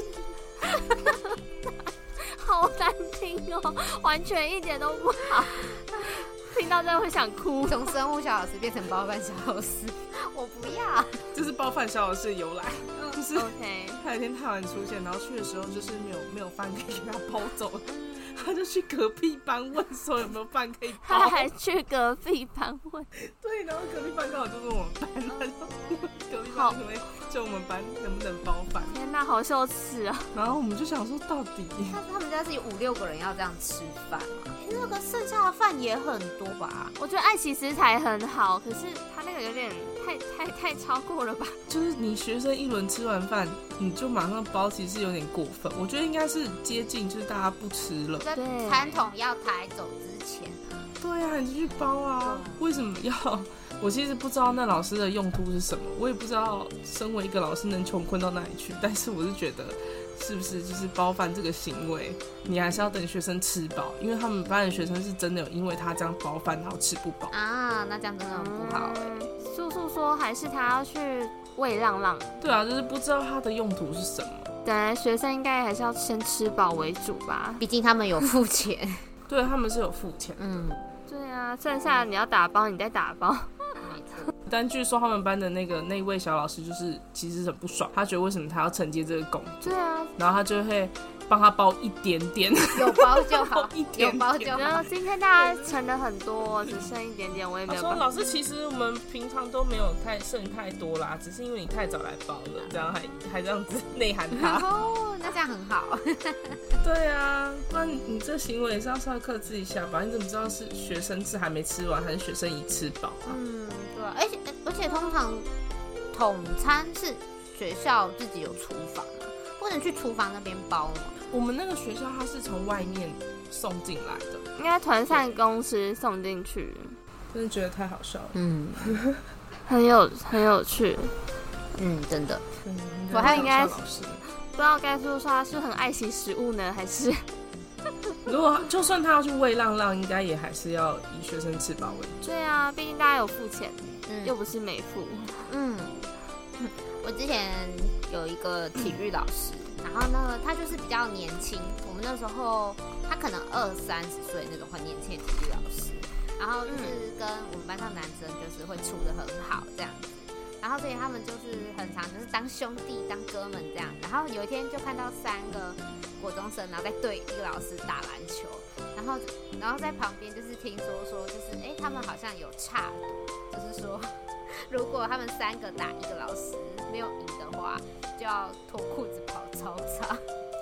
好难听哦，完全一点都不好。听到真的会想哭。
从生物小老师变成包饭小老师，我不要。
这是包饭小老师的由来，就是
OK。
他有一天太晚出现，然后去的时候就是没有饭可以给他包走了。他就去隔壁班问说有没有饭可以包，
他还去隔壁班问，
对，然后隔壁班刚好就是我们班，他就隔壁班可不可以就我们班能不能包饭？
天哪，好羞耻啊！
然后我们就想说，到底
他们家是有5-6个人要这样吃饭吗？那个剩下的饭也很多吧？
我觉得爱惜食材很好，可是他那个有点太超过了吧？
就是你学生一轮吃完饭，你就马上包，其实有点过分。我觉得应该是接近，就是大家不吃了，
在餐桶要抬走之前。
对啊，你就去包啊！为什么要？我其实不知道那老师的用途是什么，我也不知道身为一个老师能穷困到哪里去。但是我是觉得，是不是就是包饭这个行为，你还是要等学生吃饱，因为他们班的学生是真的有因为他这样包饭然后吃不饱
啊，那这样真的很不好
素素说还是他要去喂浪浪。
对啊，就是不知道他的用途是什么。
本来学生应该还是要先吃饱为主吧，
毕竟他们有付钱。
对，他们是有付钱。
对啊，剩下你要打包，你再打包。
但据说他们班的那位小老师就是其实很不爽，他觉得为什么他要承接这个工作？
对啊，
然后他就会帮他包一点点，
有包就好，
有
包就好。
然后今天大家盛了很多，只剩一点点，我也没有办法。
他说老师，其实我们平常都没有剩太多啦，只是因为你太早来包了，这样还这样子内涵他。
哦，那这样很好。
对啊，不然你这行为也是要稍微克制一下吧？你怎么知道是学生吃还没吃完，还是学生已吃饱啊？
对啊，而且通常统餐是学校自己有厨房嘛，不能去厨房那边包吗？
我们那个学校它是从外面送进来的，
应该团膳公司送进去。
真的觉得太好笑了。
很有趣。
真的。
我还应该不知道该说他是很爱惜食物呢，还是
如果就算他要去喂浪浪，应该也还是要以学生吃饱为主。
对啊，毕竟大家有付钱，又不是没付。
我之前有一个体育老师，然后呢，他就是比较年轻，我们那时候他可能20-30岁那种很年轻的体育老师，然后就是跟我们班上男生就是会处得很好这样子。然后所以他们就是很常就是当兄弟当哥们这样，然后有一天就看到3个国中生，然后在对一个老师打篮球，然后在旁边就是听说就是他们好像有差赌，就是说如果他们3个打一个老师没有赢的话，就要脱裤子跑操场。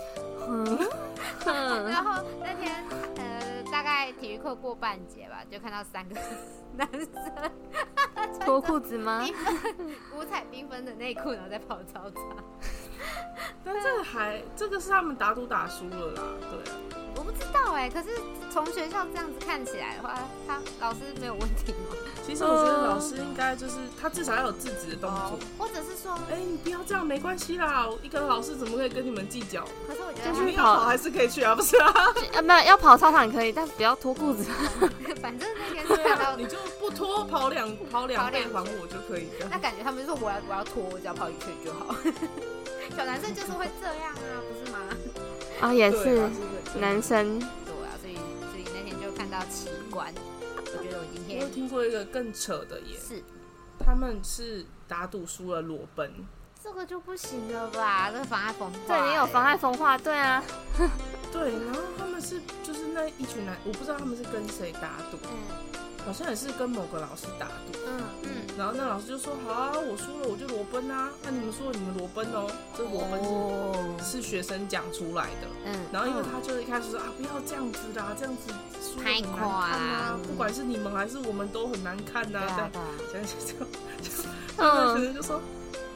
然后那天大概体育课过半节吧，就看到3个男生
脱裤子吗？
五彩缤纷的内裤，然后在跑操场。
但这个是他们打赌打输了啦，对啊。
我不知道可是从学校这样子看起来的话，他老师没有问题吗？
其实我觉得老师应该就是他至少要有制止的动作，
或者是说，
你不要这样，没关系啦，一个老师怎么可以跟你们计较？
可是我觉得
就是
要跑还是可以去啊，不是啊？
没有要跑操场可以，但不要脱裤子。
反正那天是看到
你就不脱跑两倍还我就可以的。
那感觉他们就说我要脱，我只要跑1圈就好。小男生就是会这样啊，不是吗？
啊，也是男生。
对啊，所以那天就看到奇观。我觉得我今天
我有听过一个更扯的耶，
是
他们是打赌输了裸奔，
这个就不行了吧？这个妨碍风化，
对，也有妨碍风化，对啊。
对，然后他们是就是那一群男，我不知道他们是跟谁打赌，好像也是跟某个老师打赌，然后那老师就说好啊，我输了我就裸奔啊，那你们输了你们裸奔哦，这裸奔是学生讲出来的，然后因为他就一开始说不要这样子啦，这样子输了很难看啊，不管是你们还是我们都很难看呐，这样，他们学生就说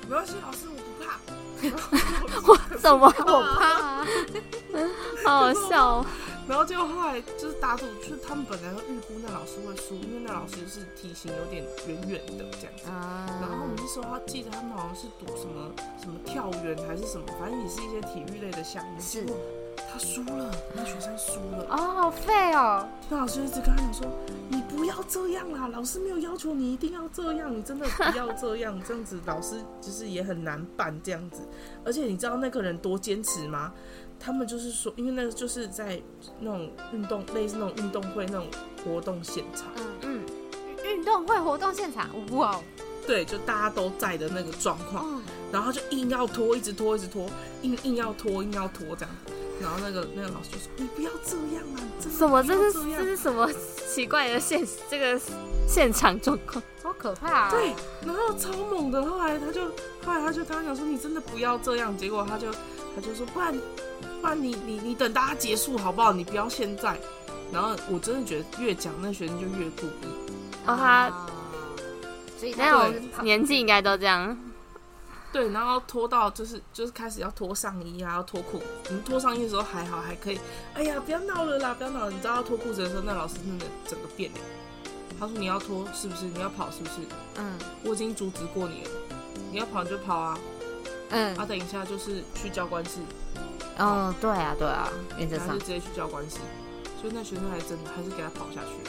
没关系，老师我不怕。
我怎么
我怕啊，
好好笑哦？
然后结果后来就是打赌，就是他们本来都预估那老师会输，因为那老师是体型有点圆圆的这样子。然后我们那时候记得他们好像是赌什么跳远还是什么，反正也是一些体育类的项目。
是，
他输了，那学生输了。
哦，好废哦。
那老师一直跟他讲说：“你不要这样啦，老师没有要求你一定要这样，你真的不要这样，这样子老师就是也很难办这样子。而且你知道那个人多坚持吗？他们就是说，因为那个就是在那种运动，类似那种运动会那种活动现场，
运动会活动现场，哇，
对，就大家都在的那个状况，然后他就硬要拖，一直拖，硬要拖这样。然后那个老师就说：‘你不要这样啊！’
什么？这是什么奇怪的现场状况？
好可怕啊！
对，然后超猛的。后来他就跟他讲说：‘你真的不要这样。’结果他就说：‘不然你等大家结束好不好？你不要现在。’然后我真的觉得越讲那学生就越故意。
所以
那种年纪应该都这样。
对，然后拖到就是开始要脱上衣啊，要脱裤。我们脱上衣的时候还好，还可以。哎呀，不要闹了啦，不要闹了！你知道要脱裤子的时候，那老师真的整个变脸。他说：‘你要脱是不是？你要跑是不是？’我已经阻止过你了，你要跑你就跑啊。等一下就是去教官室。
对啊，原则上
就直接去教官室。所以那学生还是给他跑下去。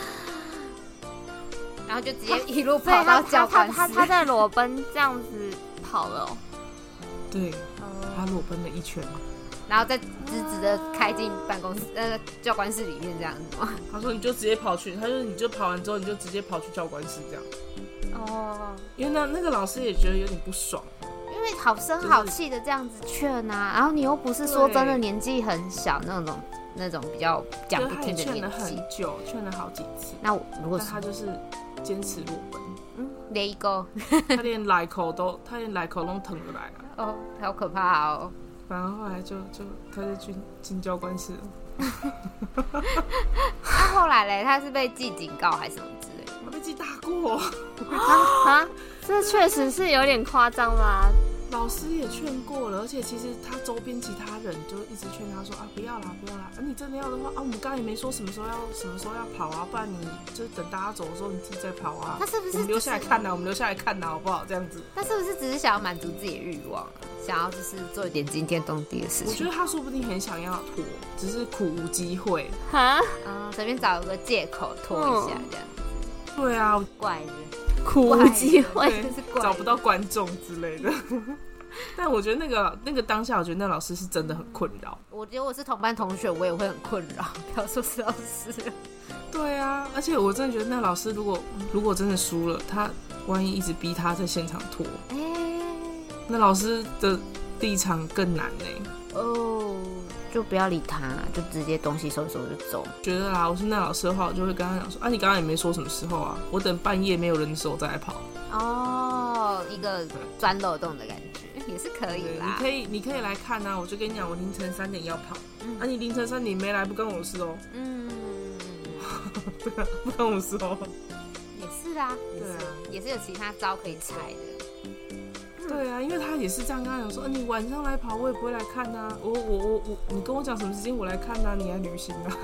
然后就直接一路跑到教官室。
他在裸奔这样子跑了哦。
对，他裸奔了一圈，
然后再直直的开进办公室教官室里面这样子吗？
他说你就直接跑去，他说你就跑完之后你就直接跑去教官室这样。因为那个老师也觉得有点不爽，
因为好声好气的这样子劝啊，然后你又不是说真的年纪很小那种比较讲不听的年纪，
劝了很久，劝了好几次。
那如果是
他就是坚持裸奔，
连一个，
他连来口都疼得来了。
哦，好可怕哦！
反正后来他就进教官室了。
那后来嘞，他是被记警告还是什么之类的？
我被记打过。
这确实是有点夸张啦。
老师也劝过了，而且其实他周边其他人就一直劝他说：‘不要啦，你真的要的话我们刚才也没说什么时候要跑啊，不然你就等大家走的时候你自己再跑啊。’
他是不是
我们留下来看呐，好不好？这样子。
他是不是只是想要满足自己的欲望，想要就是做一点惊天动地的事情？
我觉得他说不定很想要拖，只是苦无机会。
随便找个借口拖一下这样。
对啊，
怪的。
苦无机会，
找不到观众之类的。但我觉得那个当下，我觉得那老师是真的很困扰。
我觉得我是同班同学，我也会很困扰。不要说是老师。
对啊，而且我真的觉得那老师如果真的输了，他万一一直逼他在现场拖，那老师的立场更难
就不要理他，就直接东西收一收就走。
觉得啦，我是那老师的话，我就会跟他讲说：你刚刚也没说什么时候啊，我等半夜没有人的时候再来跑。
一个钻漏洞的感觉也是可以啦。
你可以来看啊，我就跟你讲，我凌晨3点要跑。你凌晨3点没来不干我的事哦。对啊，不干我的事哦。
也是啊，也是有其他招可以拆的。
对啊，因为他也是这样跟他讲说，你晚上来跑，我也不会来看啊。你跟我讲什么时间我来看啊，你来旅行啊。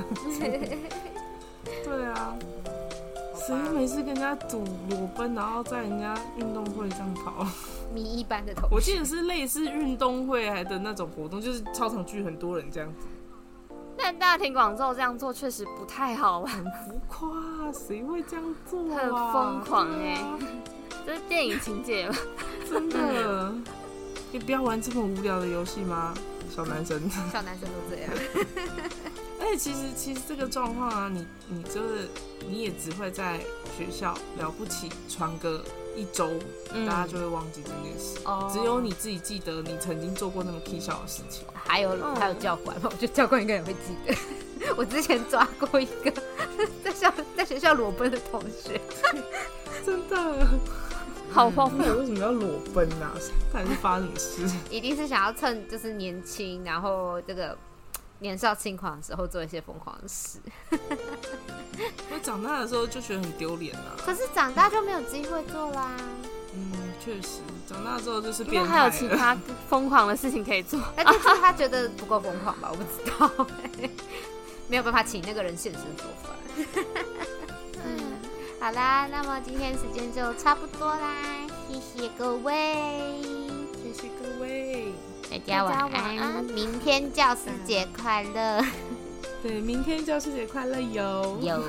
对啊，谁每次跟人家赌裸奔，然后在人家运动会这样跑？
迷一般的同学，
我记得是类似运动会的那种活动，就是操场聚很多人这样子。
但大庭广众这样做确实不太好玩，
很浮夸，谁会这样做啊？
很疯狂这是电影情节了。
真的，可以不要玩这么无聊的游戏吗？小男生
都这样。
而且其实这个状况啊，你也只会在学校了不起传个1周，大家就会忘记这件事。只有你自己记得你曾经做过那么蹊跷的事情。
还有教官，我觉得教官应该也会记得。我之前抓过一个在学校裸奔的同学，
真的。
好荒谬！
为什么要裸奔啊？到底是发生什么事？
一定是想要趁就是年轻，然后这个年少轻狂的时候做一些疯狂的事。
我长大的时候就觉得很丢脸啊。
可是长大就没有机会做啦。
确实，长大之后就是
应
变态了。
该还有其他疯狂的事情可以做。
那就是他觉得不够疯狂吧，我不知道，没有办法请那个人现身说法。好啦，那么今天时间就差不多啦，谢谢各位，
谢谢各位。
大家晚
大家晚
安，
安
明天教师节快乐，
对，明天教师节快乐哟！
有。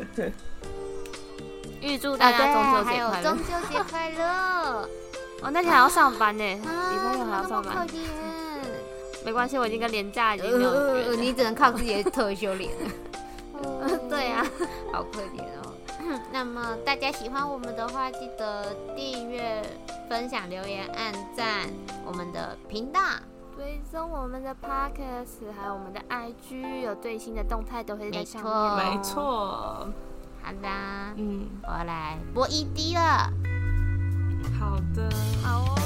预祝大家中秋
还有
节快乐！
中秋节快乐！
哦，那天还要上班呢，礼
啊，
拜六还要上班。
那么可怜。
没关系，我已经跟连假已经没有约了。
你只能靠自己的特修脸了。
对啊，
好可怜哦。那么大家喜欢我们的话，记得订阅、分享、留言、按赞我们的频道。
追踪我们的 podcast， 还有我们的 IG， 有最新的动态都会在上面。
没错
没错，
好啦，
嗯，
我要来播ED了。
好的，
好哦。